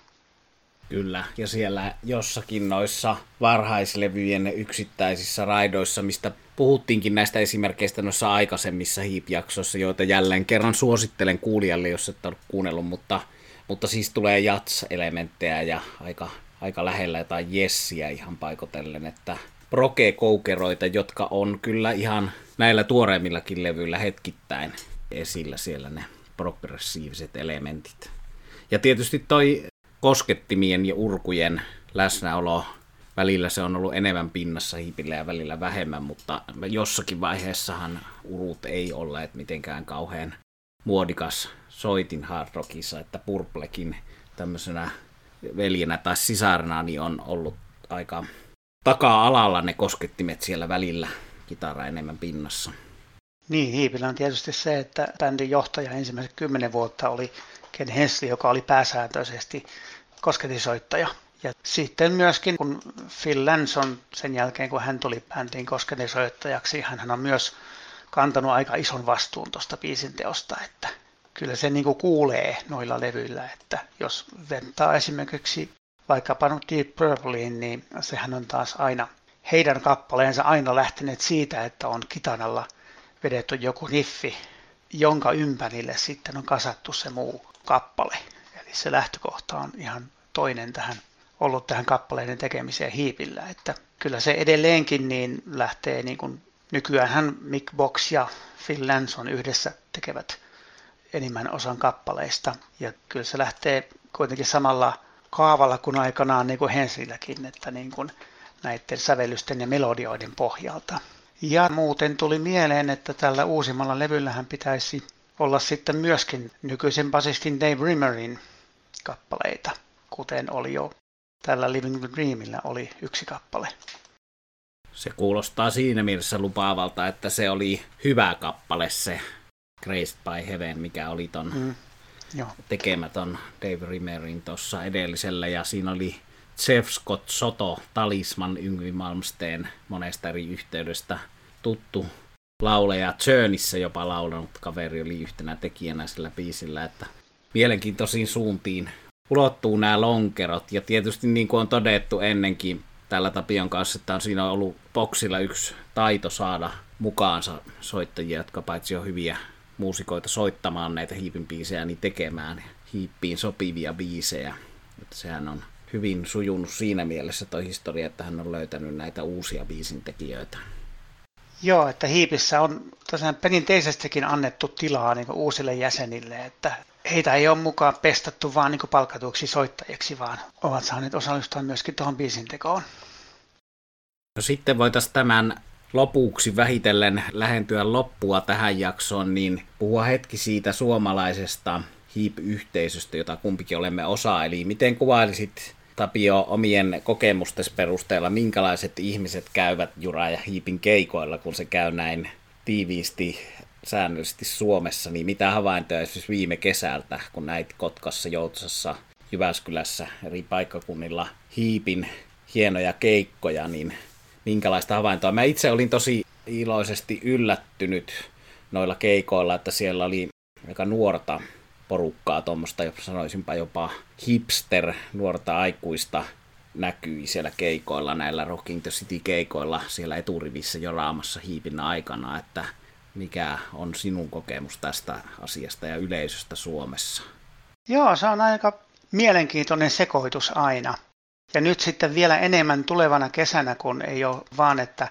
Kyllä, ja siellä jossakin noissa varhaislevyjen yksittäisissä raidoissa, mistä puhuttiinkin näistä esimerkkeistä noissa aikaisemmissa Heap-jaksoissa, joita jälleen kerran suosittelen kuulijalle, jos et ole kuunnellut, mutta, mutta siis tulee jats-elementtejä ja aika, aika lähellä jotain jessiä ihan paikotellen, että proge-koukeroita, jotka on kyllä ihan näillä tuoreimmillakin levyillä hetkittäin esillä siellä ne progressiiviset elementit. Ja tietysti toi koskettimien ja urkujen läsnäolo, välillä se on ollut enemmän pinnassa Heapillä ja välillä vähemmän, mutta jossakin vaiheessahan urut ei olleet mitenkään kauhean muodikas soitin hard rockissa, että Purplekin tämmöisenä veljenä tai sisarena niin on ollut aika taka-alalla ne koskettimet siellä välillä, kitara enemmän pinnassa. Niin, Heapillä on tietysti se, että bändin johtaja ensimmäiset kymmenen vuotta oli Ken Hensley, joka oli pääsääntöisesti kosketisoittaja. Ja sitten myöskin, kun Phil Lanson, sen jälkeen kun hän tuli bändiin kosketisoittajaksi, hän on myös kantanut aika ison vastuun tuosta biisin teosta, että kyllä se niin kuin kuulee noilla levyillä, että jos vertaa esimerkiksi vaikkapa Deep Purpleen, niin sehän on taas aina, heidän kappaleensa aina lähteneet siitä, että on kitaralla vedetty joku riffi, jonka ympärille sitten on kasattu se muu kappale. Eli se lähtökohta on ihan toinen tähän, ollut tähän kappaleiden tekemiseen Heapillä, että kyllä se edelleenkin niin lähtee niin kuin nykyäänhän Mick Box ja Phil Lanson yhdessä tekevät enimmän osan kappaleista. Ja kyllä se lähtee kuitenkin samalla kaavalla kuin aikanaan niin kuin Hensleyilläkin, että niin kuin näiden sävellysten ja melodioiden pohjalta. Ja muuten tuli mieleen, että tällä uusimmalla levyllähän pitäisi olla sitten myöskin nykyisen basistin Dave Rimmerin kappaleita, kuten oli jo tällä Living the Dreamillä oli yksi kappale. Se kuulostaa siinä mielessä lupaavalta, että se oli hyvä kappale se Graced by Heaven, mikä oli ton mm, tekemätön Dave Rimmerin tuossa edellisellä. Ja siinä oli Jeff Scott Soto, Talisman, Yngvi Malmsteen monesta eri yhteydestä tuttu lauleja. Journeyssä jopa laulanut kaveri oli yhtenä tekijänä sillä biisillä, että mielenkiintoisiin suuntiin ulottuu nämä lonkerot. Ja tietysti niin kuin on todettu ennenkin tällä Tapion kanssa, että on siinä ollut Boxilla yksi taito saada mukaansa soittajia, jotka paitsi on hyviä muusikoita soittamaan näitä Heapin biisejä, niin tekemään Heapiin sopivia biisejä. Että sehän on hyvin sujunut siinä mielessä toi historia, että hän on löytänyt näitä uusia biisintekijöitä. Joo, että Heapissä on tosiaan perinteisestikin annettu tilaa niin kuin uusille jäsenille, että heitä ei ole mukaan pestattu vaan niin kuin palkatuiksi soittajiksi, vaan ovat saaneet osallistua myöskin tuohon biisintekoon. No sitten voitaisiin tämän lopuksi vähitellen lähentyä loppua tähän jaksoon, niin puhua hetki siitä suomalaisesta Heap-yhteisöstä, jota kumpikin olemme osa. Eli miten kuvailisit, Tapio, omien kokemusten perusteella, minkälaiset ihmiset käyvät Jura ja Heapin keikoilla, kun se käy näin tiiviisti, säännöllisesti Suomessa, niin mitä havaintoja esimerkiksi viime kesältä, kun näit Kotkassa, Joutsassa, Jyväskylässä, eri paikkakunnilla Heapin hienoja keikkoja, niin minkälaista havaintoa? Mä itse olin tosi iloisesti yllättynyt noilla keikoilla, että siellä oli aika nuorta porukkaa, tuommoista, sanoisinpa jopa hipster, nuorta aikuista näkyi siellä keikoilla, näillä Rocking the City-keikoilla siellä eturivissä jo raamassa Heapin aikana, että mikä on sinun kokemus tästä asiasta ja yleisöstä Suomessa? Joo, se on aika mielenkiintoinen sekoitus aina. Ja nyt sitten vielä enemmän tulevana kesänä, kun ei ole vaan, että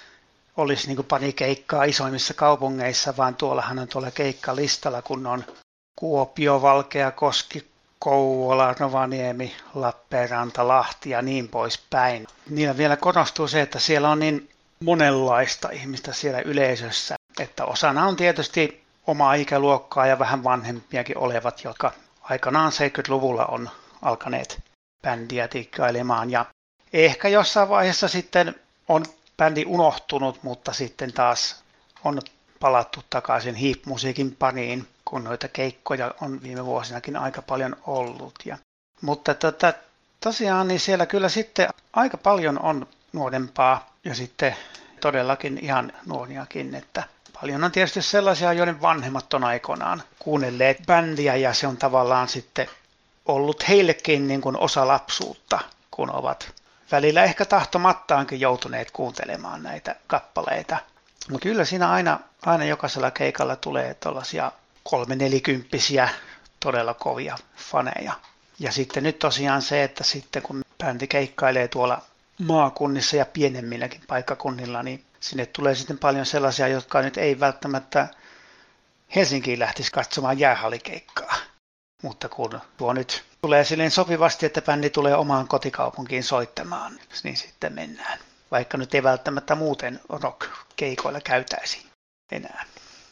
olisi niin kuin pari keikkaa isoimmissa kaupungeissa, vaan tuollahan on tuolla keikkalistalla, kun on Kuopio, Valkeakoski, Kouvola, Rovaniemi, Lappeenranta, Lahti ja niin poispäin. Niillä vielä korostuu se, että siellä on niin monenlaista ihmistä siellä yleisössä, että osana on tietysti omaa ikäluokkaa ja vähän vanhempiakin olevat, jotka aikanaan seitsemänkymmentäluvulla on alkaneet bändiä tikkailemaan. Ja ehkä jossain vaiheessa sitten on bändi unohtunut, mutta sitten taas on palattu takaisin Heap-musiikin pariin, kun noita keikkoja on viime vuosinakin aika paljon ollut. Ja, mutta tota, tosiaan niin siellä kyllä sitten aika paljon on nuorempaa ja sitten todellakin ihan nuoriakin, että paljon on tietysti sellaisia, joiden vanhemmat on aikoinaan kuunnelleet bändiä ja se on tavallaan sitten ollut heillekin niin kuin osa lapsuutta, kun ovat välillä ehkä tahtomattaankin joutuneet kuuntelemaan näitä kappaleita. Mutta kyllä siinä aina, aina jokaisella keikalla tulee tuollaisia kolme-nelikymppisiä todella kovia faneja. Ja sitten nyt tosiaan se, että sitten kun bändi keikkailee tuolla maakunnissa ja pienemmilläkin paikkakunnilla, niin sinne tulee sitten paljon sellaisia, jotka nyt ei välttämättä Helsinkiin lähtisi katsomaan jäähallikeikkaa. Mutta kun tuo nyt tulee silleen sopivasti, että bändi tulee omaan kotikaupunkiin soittamaan, niin sitten mennään. Vaikka nyt ei välttämättä muuten rock-keikoilla käytäisi enää.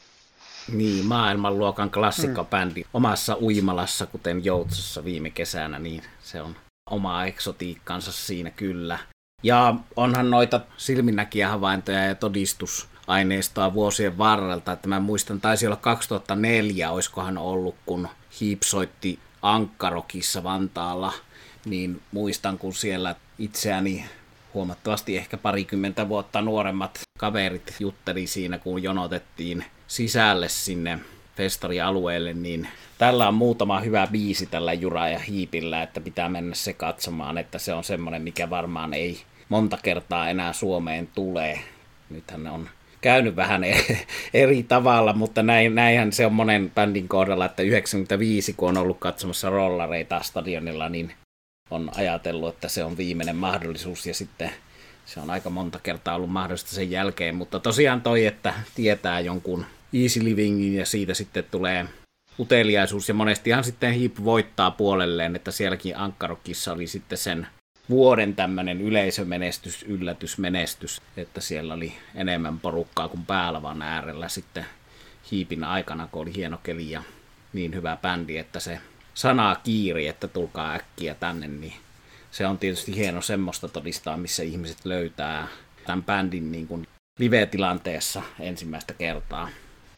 Niin, maailmanluokan klassikkobändi mm. omassa uimalassa, kuten Joutsassa viime kesänä, niin se on oma eksotiikkansa siinä kyllä. Ja onhan noita silminnäkijähavaintoja ja todistusaineistoa vuosien varrelta, että mä muistan, taisi olla kaksituhattaneljä, oiskohan ollut, kun Heap soitti Ankkarokissa Vantaalla, niin muistan, kun siellä itseäni huomattavasti ehkä parikymmentä vuotta nuoremmat kaverit jutteli siinä, kun jonotettiin sisälle sinne festarialueelle, niin tällä on muutama hyvä biisi tällä Jura ja Heapillä, että pitää mennä se katsomaan, että se on semmoinen, mikä varmaan ei monta kertaa enää Suomeen tulee. Nythän ne on käynyt vähän eri tavalla, mutta näin, näinhän se on monen bändin kohdalla, että yhdeksänkymmentäviisi, kun on ollut katsomassa rollareita stadionilla, niin on ajatellut, että se on viimeinen mahdollisuus, ja sitten se on aika monta kertaa ollut mahdollista sen jälkeen, mutta tosiaan toi, että tietää jonkun easy livingin ja siitä sitten tulee uteliaisuus, ja monestihan sitten Heap voittaa puolelleen, että sielläkin Ankkarokissa oli sitten sen vuoden tämmöinen yleisömenestys, yllätysmenestys, että siellä oli enemmän porukkaa kuin Päälavan äärellä sitten Heapin aikana, kun oli hieno keli ja niin hyvä bändi, että se sanaa kiiri, että tulkaa äkkiä tänne, niin se on tietysti hieno semmoista todistaa, missä ihmiset löytää tämän bändin niin kuin live-tilanteessa ensimmäistä kertaa.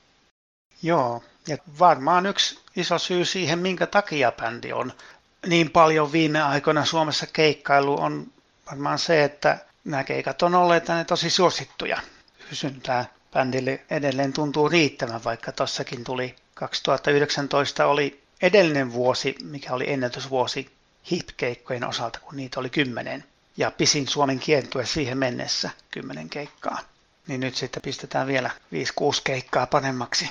Joo, ja varmaan yksi iso syy siihen, minkä takia bändi on niin paljon viime aikoina Suomessa keikkailu, on varmaan se, että nämä keikat on olleet tänne tosi suosittuja. Kysyntää bändille edelleen tuntuu riittävän, vaikka tossakin tuli kaksituhattayhdeksäntoista oli edellinen vuosi, mikä oli ennätysvuosi Heap-keikkojen osalta, kun niitä oli kymmenen. Ja pisin Suomen kiertue siihen mennessä kymmenen keikkaa. Niin nyt sitten pistetään vielä viisi kuusi keikkaa panemmaksi.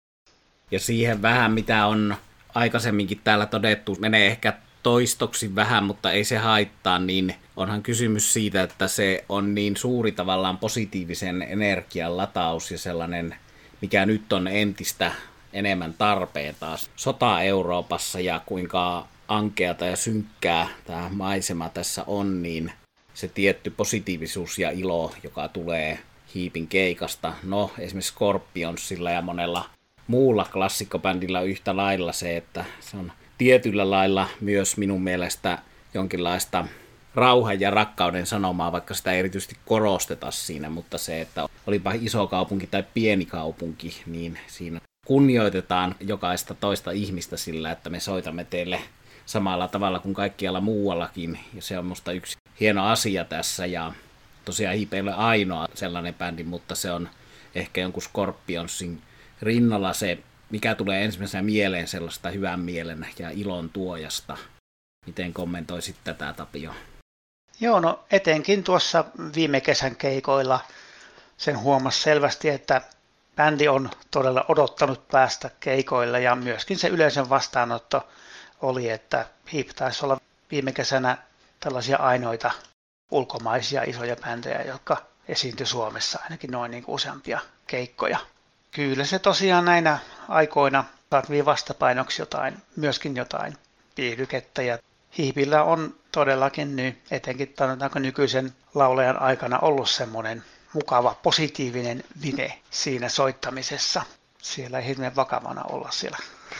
Ja siihen vähän, mitä on aikaisemminkin täällä todettu, menee ehkä toistoksi vähän, mutta ei se haittaa, niin onhan kysymys siitä, että se on niin suuri tavallaan positiivisen energian lataus ja sellainen, mikä nyt on entistä enemmän tarpeen taas sota Euroopassa ja kuinka ankeata ja synkkää tämä maisema tässä on, niin se tietty positiivisuus ja ilo, joka tulee Heapin keikasta. No, esimerkiksi Scorpionsilla ja monella muulla klassikkobändillä yhtä lailla se, että se on tietyllä lailla myös minun mielestä jonkinlaista rauhan ja rakkauden sanomaa, vaikka sitä ei erityisesti korosteta siinä, mutta se, että olipa iso kaupunki tai pieni kaupunki, niin siinä kunnioitetaan jokaista toista ihmistä sillä, että me soitamme teille samalla tavalla kuin kaikkialla muuallakin, ja se on musta yksi hieno asia tässä, ja tosiaan Heap ei ole ainoa sellainen bändi, mutta se on ehkä jonkun Scorpionsin rinnalla se, mikä tulee ensimmäisenä mieleen sellaista hyvän mielen ja ilon tuojasta. Miten kommentoisit tätä, Tapio? Joo, no etenkin tuossa viime kesän keikoilla sen huomasi selvästi, että bändi on todella odottanut päästä keikoille ja myöskin se yleisön vastaanotto oli, että Heap taisi olla viime kesänä tällaisia ainoita ulkomaisia isoja bändejä, jotka esiintyi Suomessa ainakin noin niin kuin useampia keikkoja. Kyllä se tosiaan näinä aikoina saatiin vastapainoksi jotain, myöskin jotain viihdykettä ja Heapillä on todellakin nyt, etenkin sanotaanko nykyisen laulajan aikana ollut semmoinen mukava, positiivinen vine siinä soittamisessa. Siellä ei hirveän vakavana olla siellä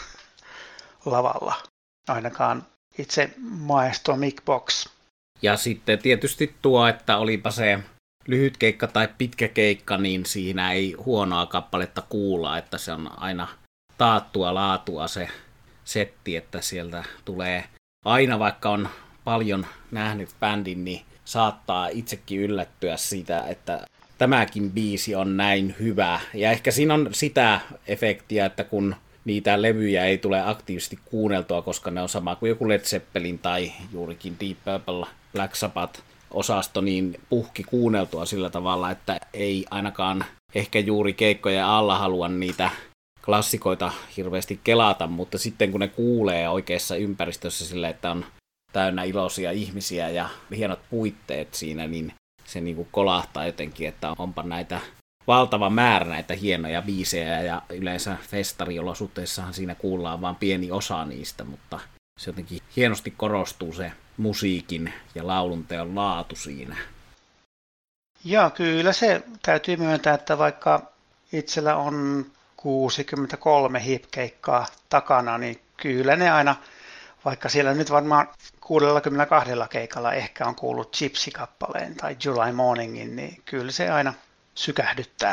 lavalla, ainakaan itse maestro Mick Box. Ja sitten tietysti tuo, että olipa se lyhyt keikka tai pitkä keikka, niin siinä ei huonoa kappaletta kuulla, että se on aina taattua laatua se setti, että sieltä tulee aina, vaikka on paljon nähnyt bändin, niin saattaa itsekin yllättyä siitä, että tämäkin biisi on näin hyvä. Ja ehkä siinä on sitä efektiä, että kun niitä levyjä ei tule aktiivisesti kuunneltua, koska ne on sama kuin joku Led Zeppelin tai juurikin Deep Purple, Black Sabbath osasto, niin puhki kuunneltua sillä tavalla, että ei ainakaan ehkä juuri keikkojen alla halua niitä klassikoita hirveästi kelata, mutta sitten kun ne kuulee oikeassa ympäristössä sille, että on täynnä iloisia ihmisiä ja hienot puitteet siinä, niin se niin kuin kolahtaa jotenkin, että onpa näitä valtava määrä näitä hienoja biisejä ja yleensä festariolosuhteissahan siinä kuullaan vain pieni osa niistä, mutta se jotenkin hienosti korostuu se musiikin ja laulunteon laatu siinä. Joo, kyllä se täytyy myöntää, että vaikka itsellä on kuusikymmentäkolme Heap-keikkaa takana, niin kyllä ne aina Vaikka siellä nyt varmaan kuusikymmentäkaksi keikalla ehkä on kuullut Gypsy-kappaleen tai July Morningin, niin kyllä se aina sykähdyttää.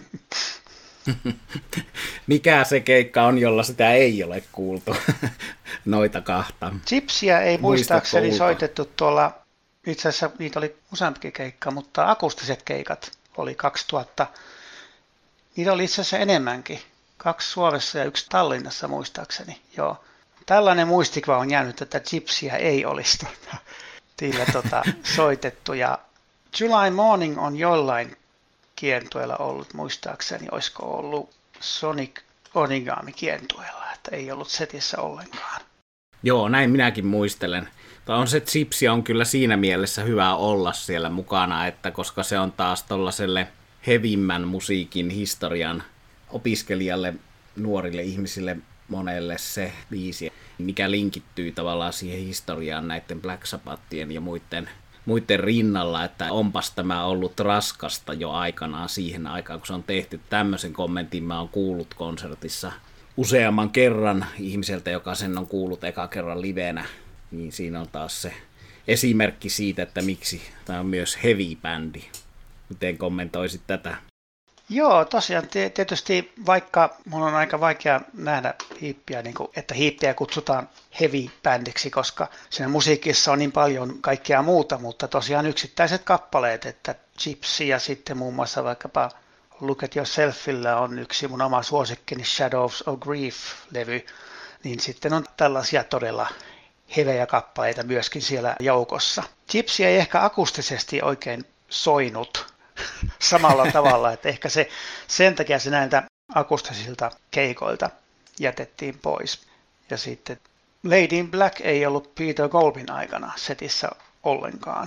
Mikä se keikka on, jolla sitä ei ole kuultu, noita kahta? Gypsyä ei muistaakseni soitettu tuolla, itse asiassa niitä oli useampikin keikka, mutta akustiset keikat oli kaksituhatta. Niitä oli itse asiassa enemmänkin. Kaksi Suomessa ja yksi Tallinnassa muistaakseni, joo. Tällainen muistikuva on jäänyt, että Gypsyä ei olisi tuota, tillä tuota, soitettu. Ja July Morning on jollain kiertueella ollut, muistaakseni, olisiko ollut Sonic Origami kiertueella, että ei ollut setissä ollenkaan. Joo, näin minäkin muistelen. Tai on se Gypsy on kyllä siinä mielessä hyvä olla siellä mukana, että koska se on taas tollaselle hevimmän musiikin historian opiskelijalle, nuorille ihmisille, monelle se biisi, mikä linkittyy tavallaan siihen historiaan näiden Black Sabbathien ja muiden, muiden rinnalla, että onpas tämä ollut raskasta jo aikanaan siihen aikaan, kun se on tehty. Tämmöisen kommentin mä oon kuullut konsertissa useamman kerran ihmiseltä, joka sen on kuullut eka kerran livenä, niin siinä on taas se esimerkki siitä, että miksi tämä on myös heavy-bändi. Miten kommentoisit tätä? Joo, tosiaan tietysti vaikka mun on aika vaikea nähdä hiippiä, niin kuin, että hiippejä kutsutaan heavy-bändiksi, koska siinä musiikissa on niin paljon kaikkea muuta, mutta tosiaan yksittäiset kappaleet, että Gypsy ja sitten muun muassa vaikkapa Look at Yourselfillä on yksi mun oma suosikkini Shadows of Grief-levy, niin sitten on tällaisia todella hevejä kappaleita myöskin siellä joukossa. Gypsy ei ehkä akustisesti oikein soinut samalla tavalla, että ehkä se, sen takia se näiltä akustisilta keikoilta jätettiin pois. Ja sitten Lady in Black ei ollut Peter Golbin aikana setissä ollenkaan.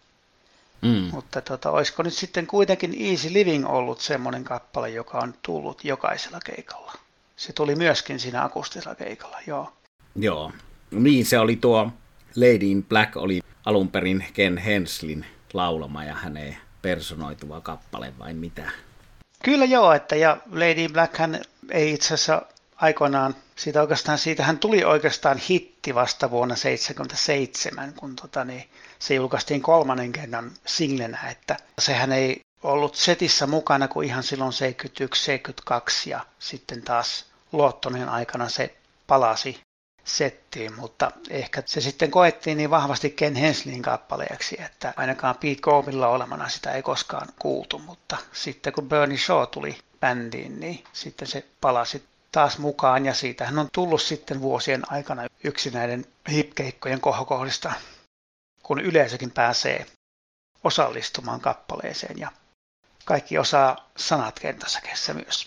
Mm. Mutta tota, olisiko nyt sitten kuitenkin Easy Living ollut semmoinen kappale, joka on tullut jokaisella keikalla? Se tuli myöskin siinä akustisella keikalla, joo. Joo, niin se oli tuo Lady in Black oli alun perin Ken Henslin laulama ja häneen personoituva kappale vai mitä? Kyllä joo, että ja Lady in Black hän ei itse asiassa aikoinaan, siitä oikeastaan, siitä hän tuli oikeastaan hitti vasta vuonna seitsemänkymmentäseitsemän, kun tota, niin, se julkaistiin kolmannen kerran singlenä, että sehän ei ollut setissä mukana kuin ihan silloin seitsemänkymmentäyksi seitsemänkymmentäkaksi ja sitten taas Lottonen aikana se palasi settiin, mutta ehkä se sitten koettiin niin vahvasti Ken Henslin kappaleeksi, että ainakaan Pete Goldilla olemana sitä ei koskaan kuultu, mutta sitten kun Bernie Shaw tuli bändiin, niin sitten se palasi taas mukaan ja siitähän on tullut sitten vuosien aikana yksi näiden hip-keikkojen kohokohdista, kun yleisökin pääsee osallistumaan kappaleeseen ja kaikki osaa sanat kentäsäkeessä myös.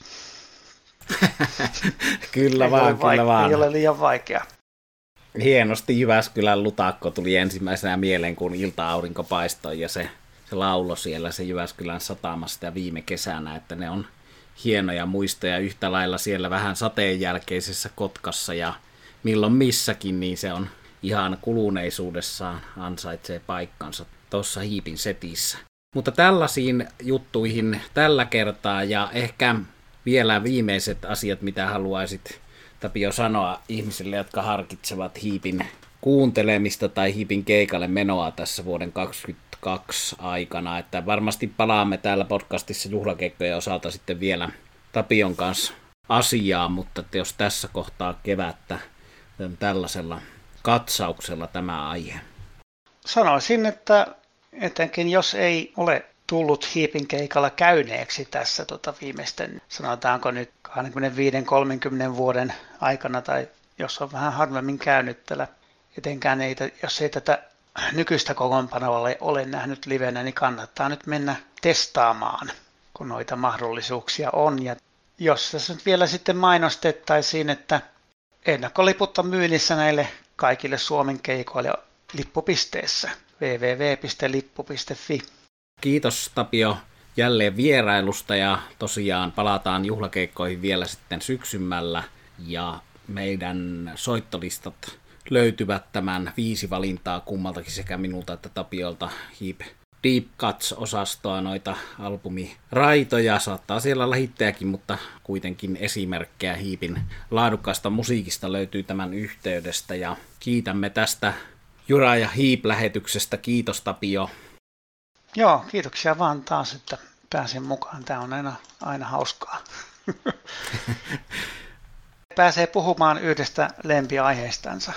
Kyllä vaan, kyllä vaike- vaan. Ei ole liian vaikea. Hienosti Jyväskylän Lutakko tuli ensimmäisenä mieleen, kun ilta-aurinko paistoi ja se, se laulo siellä se Jyväskylän satamasta ja viime kesänä, että ne on hienoja muistoja yhtä lailla siellä vähän sateenjälkeisessä Kotkassa ja milloin missäkin, niin se on ihan kuluneisuudessaan ansaitsee paikkansa tuossa Hiipin setissä. Mutta tällaisiin juttuihin tällä kertaa ja ehkä vielä viimeiset asiat, mitä haluaisit, Tapio, sanoa ihmisille, jotka harkitsevat Hiipin kuuntelemista tai Hiipin keikalle menoa tässä vuoden kaksituhattakaksikymmentäkaksi aikana. Että varmasti palaamme täällä podcastissa juhlakeikkojen osalta sitten vielä Tapion kanssa asiaan, mutta että jos tässä kohtaa kevättä tällaisella katsauksella tämä aihe. Sanoisin, että etenkin jos ei ole tullut Hiipin keikalla käyneeksi tässä tota viimeisten, sanotaanko nyt kaksikymmentäviisi kolmekymmentä vuoden aikana, tai jos on vähän harvemmin käynyt tällä, etenkään ei, jos ei tätä nykyistä kokoonpanoa ole nähnyt livenä, niin kannattaa nyt mennä testaamaan, kun noita mahdollisuuksia on. Ja jos tässä nyt vielä sitten mainostettaisiin, että ennakkoliput on myynnissä näille kaikille Suomen keikoille lippupisteessä double-u double-u double-u piste lippu piste fi. Kiitos Tapio jälleen vierailusta ja tosiaan palataan juhlakeikkoihin vielä sitten syksymällä ja meidän soittolistat löytyvät tämän viisi valintaa kummaltakin sekä minulta että Tapiolta Heap Deep Cuts-osastoa, noita albumiraitoja. Saattaa siellä olla hittejäkin, mutta kuitenkin esimerkkejä Heapin laadukkaasta musiikista löytyy tämän yhteydestä. Ja kiitämme tästä Uriah Heep-lähetyksestä. Kiitos Tapio. Joo, kiitoksia vaan taas, että pääsin mukaan. Tämä on aina, aina hauskaa. Pääsee puhumaan yhdestä lempiaiheistansa.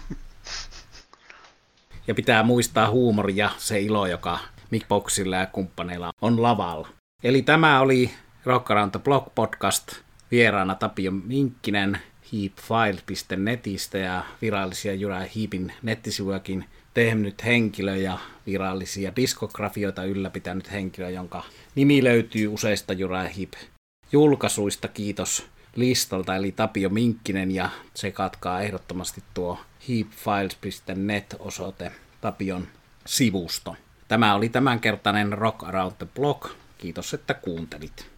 Ja pitää muistaa huumori ja se ilo, joka Mick Boxilla ja kumppaneilla on lavalla. Eli tämä oli Rock Around the Block podcast. Vieraana Tapio Minkkinen heapfile piste netistä ja virallisia Uriah Heepin nettisivujakin tehnyt henkilö ja virallisia diskografioita ylläpitänyt henkilö, jonka nimi löytyy useista Uriah Heep-julkaisuista. Kiitos listalta, eli Tapio Minkkinen, ja tsekatkaa ehdottomasti tuo heapfiles piste net-osoite Tapion sivusto. Tämä oli tämänkertainen Rock Around the Block. Kiitos, että kuuntelit.